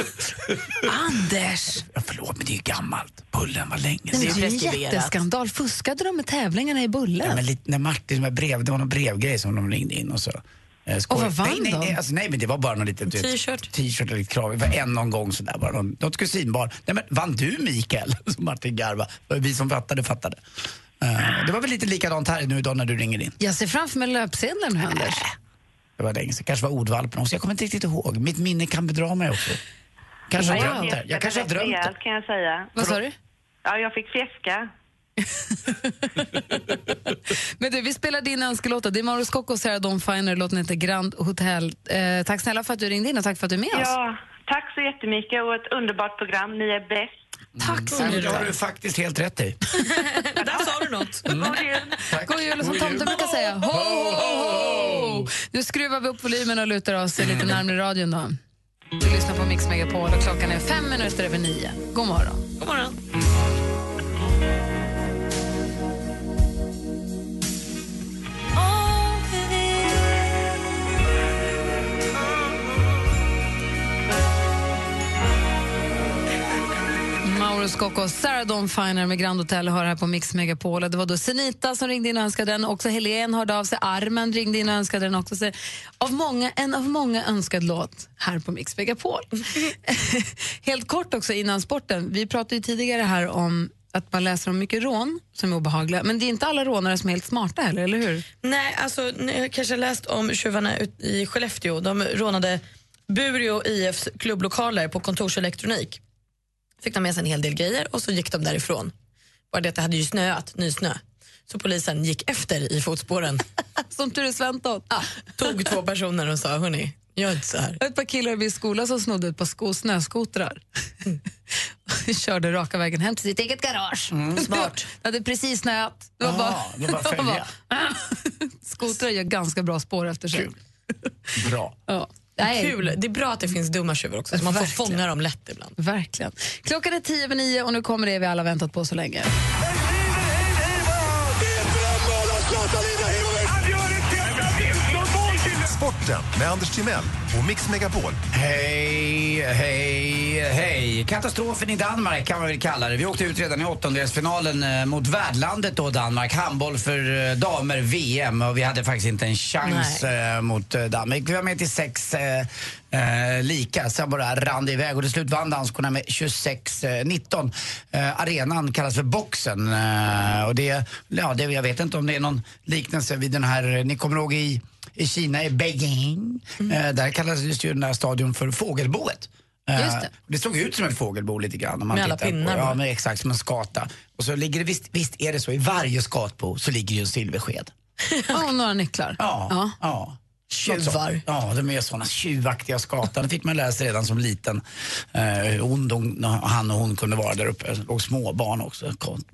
Anders! Ja, förlåt, men det är ju gammalt. Bullen var länge sedan. Det är ju en jätteskandal. Fuskade de med tävlingarna i Bullen? Ja, men lite, när Martin med brev, det var någon brevgrej som de ringde in och så. Eh, och vad vann nej, nej, de? nej, alltså, nej, men det var bara någon liten t-shirt. T-shirt och lite krav. Det var en någon gång sådär bara. Någon, något kusinbarn. Nej, men vann du Mikael? Som Martin garva. Vi som fattade, fattade. Uh, det var väl lite likadant här nu idag när du ringer in. Jag ser framför mig löpsedeln, äh, Anders. Det var länge sedan. Kanske var ordvalpen också. Jag kommer inte riktigt ihåg. Mitt minne kan bedra mig också. Kanske har drömt det. Jag kanske har drömt det. Kan jag säga. Vad sa du? Ja, jag fick fjäska. Men du, vi spelar din önskelåt. Det är Mauro Scocco och Sarah Dawn Finer. Låten heter Grand Hotel. Eh, tack snälla för att du ringde in och tack för att du är med oss. Ja, tack så jättemycket och ett underbart program. Ni är bäst. Tack så mycket. Det har du faktiskt helt rätt i. Där sa du något. Mm. God jul. God jul, som tomten brukar säga. Ho, ho, ho. Nu skruvar vi upp volymen och lutar oss lite närmare radion då. Du lyssnar på Mix Megapol och klockan är fem minuter över nio. God morgon. God morgon. Mauro Scocco och Sarah Dawn Finer med Grand Hotel har här på Mix Megapol. Det var då Senita som ringde in och önskade den. Också Helene hörde av sig. Armen ringde in och önskade den också. Så av många, en av många önskad låt här på Mix Megapol. Helt kort också innan sporten. Vi pratade ju tidigare här om att man läser om mycket rån som är obehagliga. Men det är inte alla rånare som är helt smarta heller, eller hur? Nej, alltså jag kanske läst om tjuvarna i Skellefteå. De rånade Bureå I F:s klubblokaler på kontorselektronik. Fick de med sig en hel del grejer och så gick de därifrån. Bara det att det hade ju snöat, ny snö. Så polisen gick efter i fotspåren. Som tur är Sventon. Ah, tog två personer och sa, hörni, gör inte så här. Ett par killar vid skolan som snodde ett par sko snöskotrar. Körde raka vägen hem till sitt eget garage. Mm. Smart. Det hade precis snöat. Det var ah, bara, det var det var bara skotrar gör ganska bra spår efter sig. Kul. Bra. Ja. Nej. Kul. Det är bra att det finns dumma tjuvar också, så man får fånga dem lätt ibland. Verkligen. Klockan är tio över nio och nu kommer det vi alla väntat på så länge. Sporten med Anders Timell och Mix Megapol. Hej, hej, hej. Katastrofen i Danmark kan man väl kalla det. Vi åkte ut redan i åttondelsfinalen eh, mot värdlandet då, Danmark. Handboll för eh, damer V M och vi hade faktiskt inte en chans eh, mot eh, Danmark. Vi var med till sex eh, eh, lika, sen bara rann det iväg och till slut vann danskorna med tjugosex nitton. Eh, arenan kallas för Boxen eh, och det, ja, det, jag vet inte om det är någon liknelse vid den här, ni kommer ihåg i I Kina, i Beijing, mm. eh, där kallades ju den här stadion för fågelboet. Eh, Just det. det såg ut som ett fågelbo lite grann. Om man med alla pinnar. På, ja, men exakt, som en skata. Och så ligger det, visst, visst är det så, i varje skatbo så ligger ju en silversked. Ja, och några nycklar. Ja, ja. ja. Tjuvar. Ja, de är såna tjuvaktiga skatan. Det fick man lära sig redan som liten. Eh, ond, de, han och hon kunde vara där uppe. Det låg små barn också,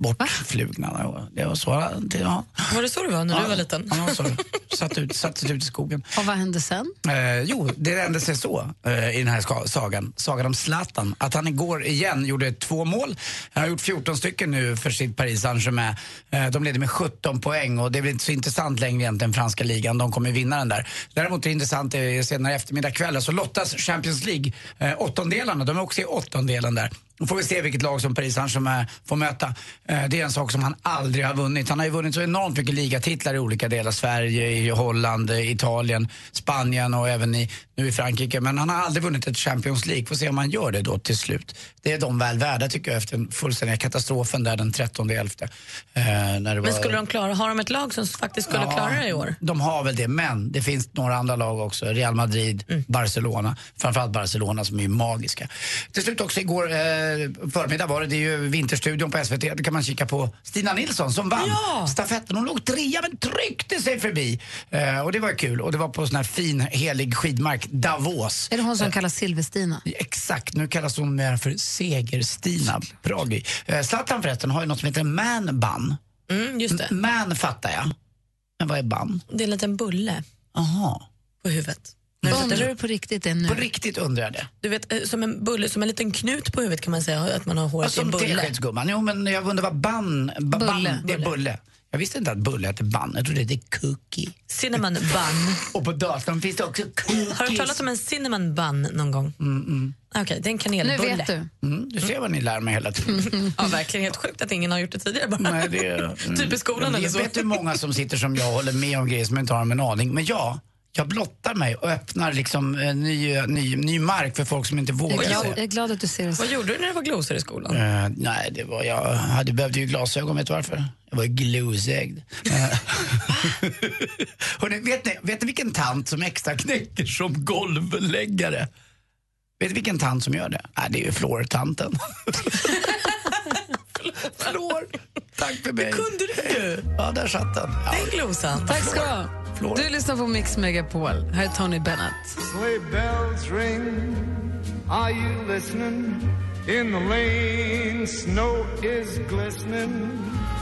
bortflugna. Det var så, det, ja. Var det så det var när ja, du var liten? Ja, så. Satt ut, satt ut i skogen. Och vad hände sen? Eh, jo, det hände sig så eh, i den här ska, sagan. Sagan om Zlatan. Att han igår igen gjorde två mål. Han har gjort fjorton stycken nu för sitt Paris Saint-Germain. Eh, de leder med sjutton poäng och det är väl inte så intressant längre egentligen, franska ligan. De kommer vinna den där. Däremot är det intressant är senare eftermiddag kväll så lottas Champions League eh, åttondelarna. De är också i åttondelen där. Då får vi se vilket lag som Paris Saint-Germain får möta. Eh, det är en sak som han aldrig har vunnit. Han har ju vunnit så enormt mycket ligatitlar i olika delar. Sverige, i Holland, Italien, Spanien och även i, nu i Frankrike. Men han har aldrig vunnit ett Champions League. Får se om han gör det då till slut. Det är de väl värda tycker jag efter den fullständiga katastrofen där den trettonde elfte. Eh, när det men var... skulle de klara, har de ett lag som faktiskt skulle ja, klara det i år? De har väl det, men det finns några andra lag också. Real Madrid, mm. Barcelona. Framförallt Barcelona som är magiska. Till slut också igår eh, förmiddag var det, det är ju Vinterstudion på S V T. Då kan man kika på Stina Nilsson som vann ja. stafetten. Hon låg trea men tryckte sig förbi. Eh, och det var kul. Och det var på sån här fin, helig skidmark, Davos. Är det hon som eh, kallas Silverstina? Exakt, nu kallas hon mer för Segerstina. Bra grej. Eh, Zlatan förresten har ju något som heter man-bun. Mm, just det. M- man fattar jag. Men vad är bun? Det är en liten bulle. Aha. På huvudet. Undrar du på riktigt det nu? På riktigt undrar jag det. Du vet, som en bulle, som en liten knut på huvudet kan man säga att man har håret i en bulle. Som teskedsgumman. Jo, men jag undrar vad ban, ba, bulle. ban, det är bulle. Jag visste inte att bulle heter ban. Jag trodde det är cookie. Cinnamon bun. Och på datorn finns det också cookies. Har du talat om en cinnamon bun någon gång? Mm, mm. Okej, okay, det är en kanelbulle. Nu vet du. Mm, du ser vad ni lär mig hela tiden. Ja, verkligen helt sjukt att ingen har gjort det tidigare bara. Nej, det är, mm. typ i skolan eller så. Jag vet hur många som sitter som jag håller med om grejer som inte har en aning. Men ja, jag blottar mig och öppnar liksom en ny, ny, ny mark för folk som inte vågar. Jag är glad, jag är glad att du ser det så. Vad gjorde du när du var glosor i skolan? Uh, nej, det var, jag hade behövt ju glasögon, vet du varför? Jag var glosögd. Hörrni, vet ni, vet ni vilken tant som extra knäcker som golvläggare? Vet du vilken tant som gör det? Nej, det är ju Flor-tanten. Flor, tack för mig. Det kunde du ju. Ja, där satt den. Ja. Det är glosan. Tack ska du ha. Du lyssnar på Mix Megapol. Här är Tony Bennett. Sleigh bells ring, are you listening? In the lane, snow is glistening.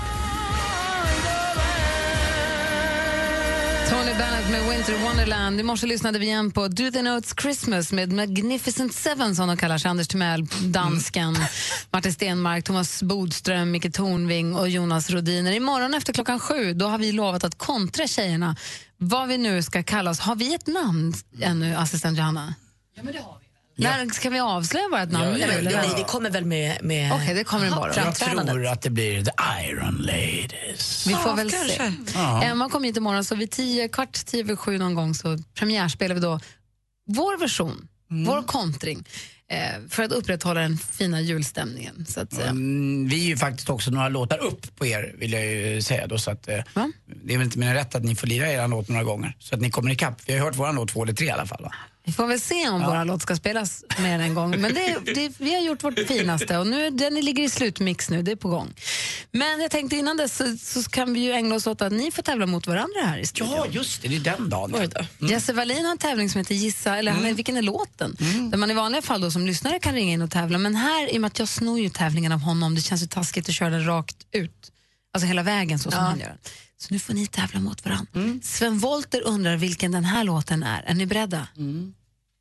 Tony Bennett med Winter Wonderland. I morse lyssnade vi igen på Do They Know It's Christmas med Magnificent Seven som de kallar sig. Anders Timell, dansken, mm. Martin Stenmark, Thomas Bodström, Micke Tornving och Jonas Rodiner. Imorgon efter klockan sju, då har vi lovat att kontra tjejerna. Vad vi nu ska kalla oss. Har vi ett namn ännu, assistent Johanna? Ja, men det har vi. När ska vi avslöja vårt namn? Ja, ja, ja, nej, det kommer väl med... med Okej, okay, det kommer bara. Jag tror att det blir The Iron Ladies. Vi får ja, väl kanske. se. Ja. Emma kom hit imorgon, så vid tio, kvart tio över sju någon gång så premiärspelar vi då vår version, mm. vår kontring. Eh, för att upprätthålla den fina julstämningen. Så att, eh. mm, vi är ju faktiskt också några låtar upp på er, vill jag ju säga då, så att, eh, det är väl inte mer rätt att ni får lira er låt några gånger så att ni kommer ikapp. Vi har hört våran låt två eller tre i alla fall, va? Vi får väl se om ja. våra låt ska spelas mer en gång. Men det, det, vi har gjort vårt finaste och nu, den ligger i slutmix nu, det är på gång. Men jag tänkte innan dess så, så kan vi ju ägna oss åt att ni får tävla mot varandra här i studion. Ja, just det, det är den dagen. Mm. Jesse Wallin har en tävling som heter Gissa, eller mm. vilken är låten? Mm. Där man i vanliga fall då som lyssnare kan ringa in och tävla. Men här, i och med att jag snor ju tävlingen av honom, det känns ju taskigt att köra den rakt ut. Alltså hela vägen så som ja. han gör. Så nu får ni tävla mot varandra. Mm. Sven Wollter undrar vilken den här låten är. Är ni beredda? Mm.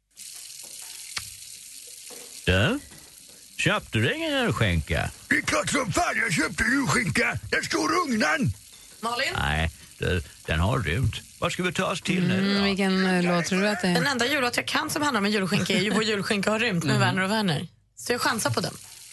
Du, köpte du ingen julskinka? Det är klart som fan jag köpte julskinka. Den står i ugnen. Malin? Nej, du, den har rymt. Vad ska vi ta oss till nu? Mm, vilken uh, låt tror du att det är? Den enda jullåt jag kan som handlar om en julskinka är ju Vår julskinka har rymt med mm. Werner och Werner. Så jag chansar på den.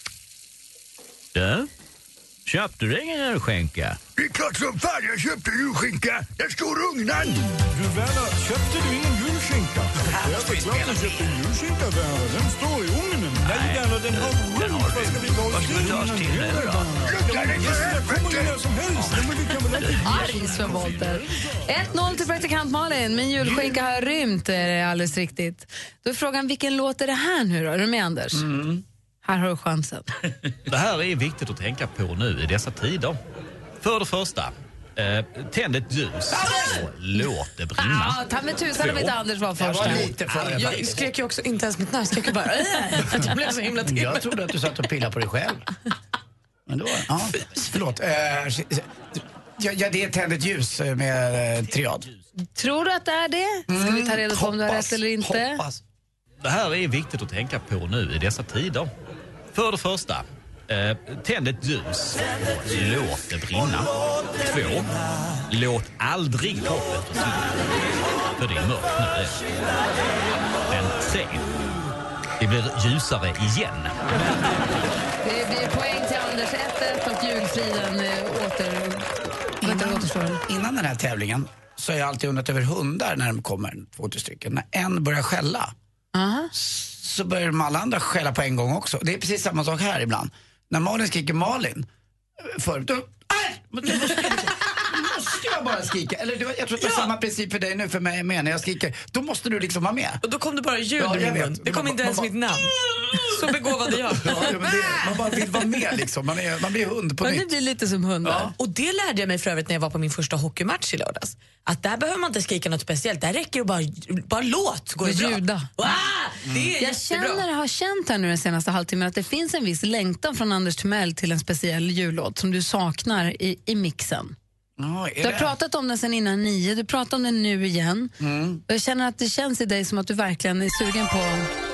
Du, köpte du ingen julskinka? Det är klart som fan jag köpte julskinka. Den står i ugnen. Du Werner, köpte du ingen julskinka? Jag är klart jag köpte en julskinka, Werner. Den står i ugnen. Nej, Werner, den har rymt. Vad ska vi ta oss Vad ska vi ta oss till nu då? Det kommer ju när som helst. Men vi kan väl inte... Arg Sven Wollter. ett noll till praktikant Malin. Min julskinka har rymt, är det alldeles riktigt. Då är frågan, vilken låt är det här nu då? Är du med, Anders? Mm. Här har du chansen. Det här är viktigt att tänka på nu i dessa tider. För det första, eh, tänd ett ljus och låt det brinna. Ah, ta med tusan om inte Anders var först. Jag, jag skrek ju också inte ens mitt namn. Jag skrek bara äh, att jag blev så himla till. Jag trodde att du satt och pillade på dig själv. Men då, ja, förlåt. Uh, ja, ja, det är tänd ett ljus med uh, triad. Tror du att det är det? Ska vi ta reda på om du har rätt eller inte? Hoppas. Det här är viktigt att tänka på nu i dessa tider. För det första, eh, tänd ett ljus och låt det brinna. Två, låt aldrig hoppet försvinna. För det är mörkt nu. Men tre, det blir ljusare igen. Det blir poäng till Anders. ett ett och julfriden åter... Innan, återstår. Innan den här tävlingen så har jag alltid undrat över hundar när de kommer, två till stycken. När en börjar skälla. Uh-huh. Så börjar de alla andra skälla på en gång också. Det är precis samma sak här ibland. När Malin skriker Malin förut, då, men du måste, du måste jag bara skrika. Eller du, jag tror att det är ja. samma princip för dig nu, för mig med. När jag skriker, då måste du liksom vara med. Och då kom det bara ljud ja, i min mun. Det kom man, inte ens man, mitt namn. Så begåvade jag. Ja, men det, man bara vill vara med liksom. Man, är, man blir hund på men nytt. Det blir lite som hundar. Ja. Och det lärde jag mig för övrigt när jag var på min första hockeymatch i lördags. Att där behöver man inte skrika något speciellt. Där räcker det bara, bara låt. Går det bra. Ljuda. Wow! Mm. Det är jag känner, har känt här nu den senaste halvtimmen att det finns en viss längtan från Anders Timell till en speciell jullåt som du saknar i, i mixen. Oh, du har det? pratat om den sen innan nio, du pratar om den nu igen. Mm. Jag känner att det känns i dig som att du verkligen är sugen på...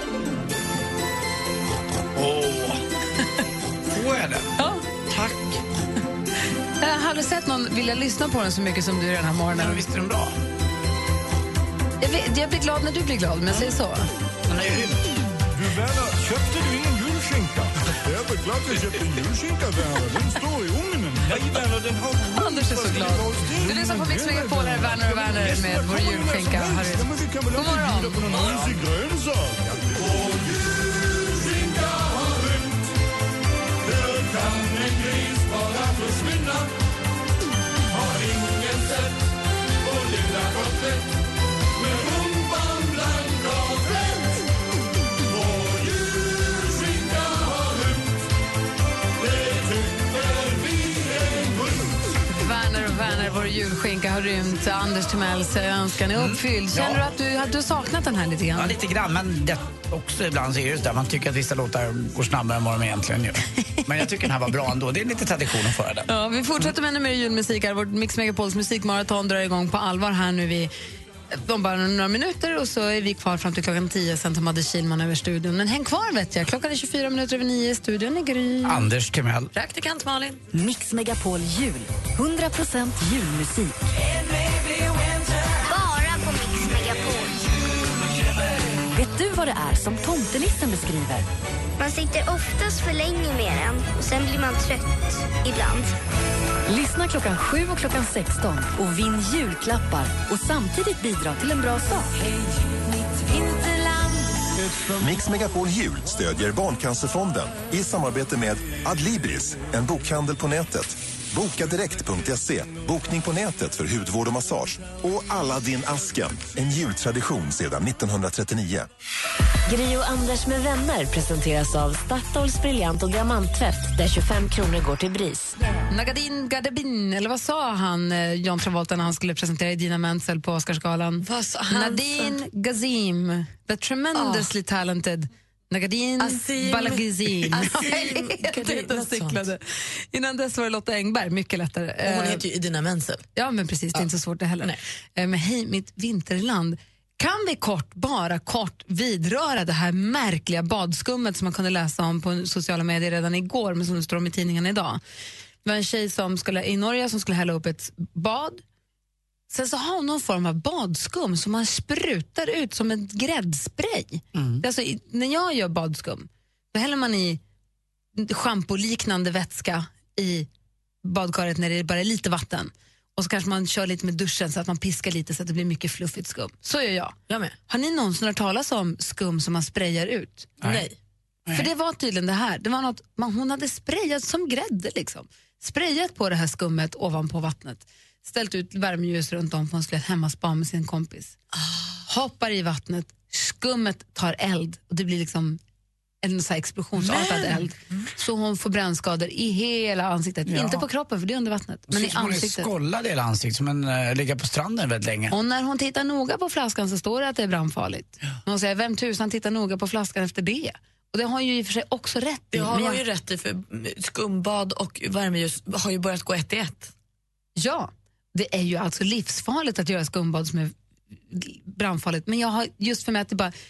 Åh! Oh. Får jag den? Ja. Tack! Har du sett någon vilja lyssna på den så mycket som du den här morgonen? Ja, visst är den bra? Jag, vet, jag blir glad när du blir glad, men jag säger så. Den är ju rymt. Du Werner, köpte du ingen julskinka? Jag är klart jag köpte en julskinka, Werner. Den står i ugnen. Nej, Werner, den har... Anders är så glad. Du lyssnar på Mix Megapol här, Werner och Werner med vår julskinka. God morgon. God morgon. Werner och Werner, vår julskinka har rymt. Anders Timells önskan är uppfylld. Känner du att du, att du har saknat den här lite grann? Ja, lite grann, men det, också ibland så är det just där. Man tycker att vissa låtar går snabbare än vad de egentligen gör. Men jag tycker den här var bra ändå. Det är lite tradition att föra den. Ja, vi fortsätter med ännu mer julmusik här. Vårt Mix Megapols musikmaraton drar igång på allvar här nu vid om bara några minuter och så är vi kvar fram till klockan tio. Sen tar Madde Kihlman över studion. Men häng kvar vet jag. Klockan är tjugofyra minuter över nio. Studion är Gry. Anders Timell. Praktikant Malin. Mix Megapol jul. hundra procent julmusik. Bara på Mix Megapol. Vet du vad det är som tomtenissen beskriver? Man sitter oftast för länge med den och sen blir man trött ibland. Lyssna klockan sju och klockan sexton och vinn julklappar och samtidigt bidra till en bra sak. Mix Megapol Jul stödjer Barncancerfonden i samarbete med Adlibris, en bokhandel på nätet. Bokadirekt punkt se, bokning på nätet för hudvård och massage. Och Aladdin asken, en jultradition sedan nittonhundratrettionio. Gri och Anders med vänner presenteras av Statoils briljant och diamanttvätt där tjugofem kronor går till BRIS. Nagadin Gadebin, eller vad sa han, eh, John Travolta, när han skulle presentera Idina Menzel på Oscarsgalan? Vad sa han? Nadine Gazim, the tremendously oh. talented Nagadin Asim. Balagizim. Asim. Innan dess var det Lotta Engberg, mycket lättare. Och hon heter ju Idina Menzel. Ja, men precis, det är inte så svårt det heller. Nej. Men hej, mitt vinterland. Kan vi kort, bara kort vidröra det här märkliga badskummet som man kunde läsa om på sociala medier redan igår, men som det står om i tidningen idag. Det var en tjej som skulle, i Norge som skulle hälla upp ett bad. Sen så har hon någon form av badskum som man sprutar ut som en gräddspray. Mm. Alltså, när jag gör badskum, då häller man i shampoo-liknande vätska i badkaret när det bara är lite vatten. Och så kanske man kör lite med duschen så att man piskar lite så att det blir mycket fluffigt skum. Så gör jag. Jag med. Har ni någonsin hört talas om skum som man sprayar ut? Nej. Nej. För det var tydligen det här. Det var något, man, hon hade sprayat som grädde liksom. Sprayat på det här skummet ovanpå vattnet. Ställt ut värmeljus runt om för hon skulle hemma spa med sin kompis. Oh. Hoppar i vattnet, skummet tar eld och det blir liksom en så här explosionsartad men. eld. Mm. Så hon får brännskador i hela ansiktet. Ja. Inte på kroppen för det är under vattnet. Men i ansiktet. Hon är skollad i hela ansiktet som en uh, ligger på stranden väldigt länge. Och när hon tittar noga på flaskan så står det att det är brandfarligt. Ja. Hon säger, vem tusan tittar noga på flaskan efter det? Och det har ju i och för sig också rätt i. Det har man ju rätt i, för skumbad och värmeljus har ju börjat gå ett i ett. Ja, det är ju alltså livsfarligt att göra skumbad som är brandfarligt. Men jag har just för mig att det bara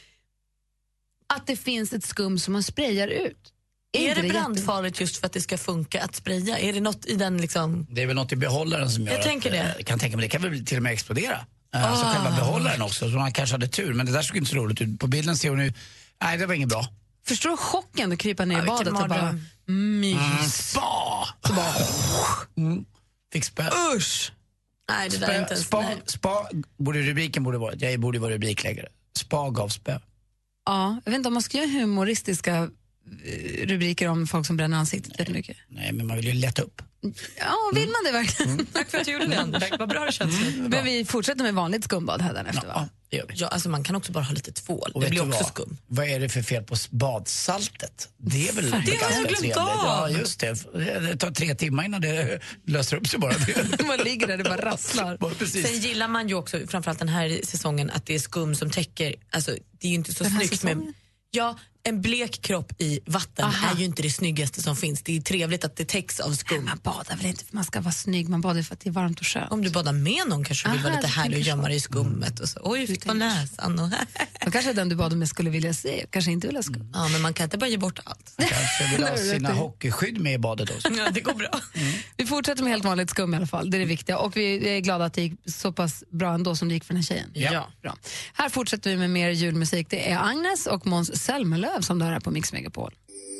att det finns ett skum som man sprayar ut. Är, är det, det brandfarligt jätte... just för att det ska funka att spraya? Är det något i den liksom... Det är väl något i behållaren som gör jag att... Tänker det. Jag kan tänka mig, det kan väl till och med explodera. Oh. Alltså själva behållaren också, så man kanske hade tur. Men det där såg inte så roligt ut. På bilden ser hon nu, nej det var inget bra. Förstår du chocken att krypa ner i badet och bara mys. Mm, spa! Så bara... Mm. Fick spö. Usch! Nej, det där spö, är inte ens spa, spa, borde rubriken borde vara, jag borde vara rubrikläggare. Spa gav spö. Ja, jag vet inte om man ska göra humoristiska rubriker om folk som bränner ansiktet väldigt mycket. Nej, men man vill ju lätta upp. Ja, vill man det verkligen? Mm. Tack för att du gjorde det, Anders. Vad bra det känns. Mm. Men vi fortsätter med vanligt skumbad här efter, va? Ja, ja, alltså man kan också bara ha lite tvål. Och det blir också vad? Skum. Vad är det för fel på badsaltet? Det är väl det ganska har jag glömt trevligt. av. Ja, just det. Det tar tre timmar innan det löser upp sig bara. Man ligger där, det bara rasslar. Bara sen gillar man ju också, framförallt den här säsongen, att det är skum som täcker, alltså det är ju inte så snyggt med... Ja, en blek kropp i vatten Aha. är ju inte det snyggaste som finns. Det är trevligt att det täcks av skum. Nej, man badar väl inte för man ska vara snygg, man badar för att det är varmt och skönt. Om du badar med någon kanske du vill vara lite härlig och gömma dig i skummet. Och så. Oj, fick på näsan. Och och kanske den du badar med skulle vilja se, kanske inte vilja skum. Mm. Ja, men man kan inte bara ge bort allt. Man kanske vill ha sina hockeyskydd med i badet också. Ja, det går bra. Mm. Vi fortsätter med helt vanligt skum i alla fall, det är det viktiga. Och vi är glada att det gick så pass bra ändå som det gick för den här tjejen. Ja. Bra. Här fortsätter vi med mer julmusik. Det är Agnes och Måns Zelmerlöw som du har här på Mix Megapol.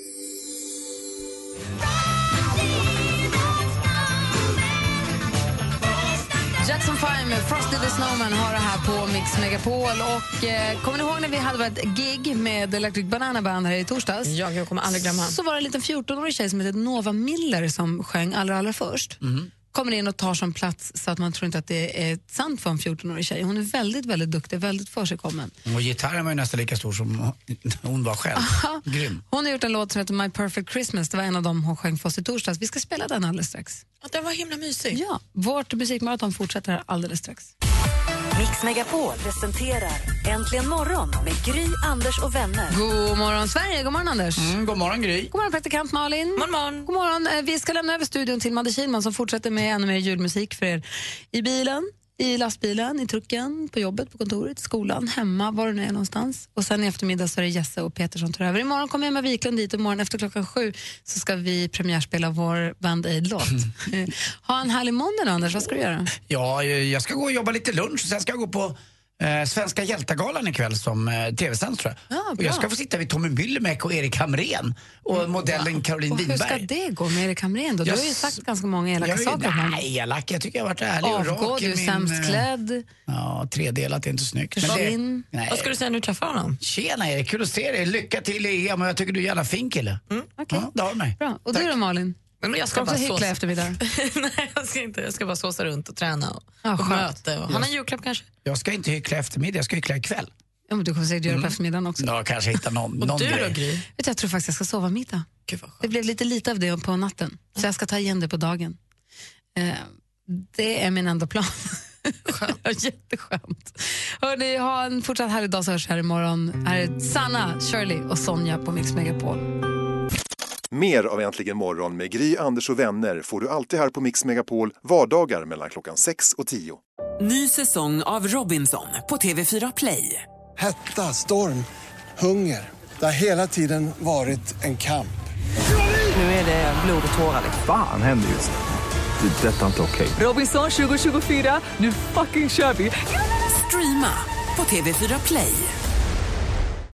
Jackson five med Frosty the Snowman har det här på Mix Megapol. Och eh, kommer ni ihåg när vi hade ett gig med Electric Banana Band här i torsdags? Ja, jag kommer aldrig glömma. Så var det en liten fjortonårig tjej som heter Nova Miller som sjöng allra, allra först. Mm. Kommer in och tar som plats så att man tror inte att det är sant för en fjortonårig tjej. Hon är väldigt, väldigt duktig, väldigt försigkommen. Och gitarren var ju nästan lika stor som hon var själv. Aha. Grym. Hon har gjort en låt som heter My Perfect Christmas. Det var en av dem hon sjöng för oss i torsdags. Vi ska spela den alldeles strax. Ja, den var himla mysig. Ja, vårt musikmaraton fortsätter här alldeles strax. Mix Megapol presenterar Äntligen morgon med Gry, Anders och vänner. God morgon Sverige, god morgon Anders. Mm, god morgon Gry. God morgon praktikant Malin. God morgon. God morgon. Vi ska lämna över studion till Madde Kihlman som fortsätter med ännu mer julmusik för er. I bilen, i lastbilen, i trucken, på jobbet, på kontoret, i skolan, hemma, var du nu är någonstans. Och sen i eftermiddag så är det Jesse och Peter som tar över. Imorgon kommer Emma Wiklund dit och imorgon efter klockan sju så ska vi premiärspela vår Band Aid-låt. Ha en härlig måndag Anders, vad ska du göra? Ja, jag ska gå och jobba lite lunch och sen ska jag gå på Eh, Svenska hjältagalan ikväll som eh, tv-sänd tror jag. Ja, och jag ska få sitta vid Tommy Myllymäki och Erik Hamrén och mm, modellen wow. Caroline Winberg. Och hur ska det gå med Erik Hamrén då? Du jag har ju sagt ganska många elaka jag, saker. Nej, elak. Jag tycker jag har varit ärlig och rak. Avgå, du är min, sämst klädd. Ja, tredelat är inte snyggt. Men det, nej. Vad ska du säga när du träffar honom? Tjena Erik, kul att se dig. Lycka till i E M och jag tycker du är en jävla fin kille. Mm. Okay. Ja, det har mig. Bra. Och tack. Du då Malin? Men jag ska, ska bara också hyckla eftermiddag. Nej, jag ska inte. Jag ska bara såsa runt och träna och, ja, och möte. Och... Han har julklapp kanske? Jag ska inte hyckla eftermiddag, jag ska hyckla ikväll. Ja, men du kommer säkert göra det på eftermiddagen också. Ja, kanske hitta någon, och någon du grej. då, Gry? Vet du, jag tror faktiskt jag ska sova middag. Det blev lite lite av det på natten. Så jag ska ta igen det på dagen. Eh, det är min enda plan. Skönt. Jätteskönt. Hörrni, ha en fortsatt härlig dag, så hörs här imorgon. Här är Sanna, Shirley och Sonja på Mix Megapol. Mer av Äntligen morgon med Gry, Anders och vänner får du alltid här på Mix Megapol vardagar mellan klockan sex och tio. Ny säsong av Robinson på T V fyra Play. Hetta, storm, hunger. Det har hela tiden varit en kamp. Nu är det blod och tårar. Fan händer just det. Det är detta inte okej. Robinson tjugo tjugofyra, nu fucking kör vi. Streama på T V fyra Play.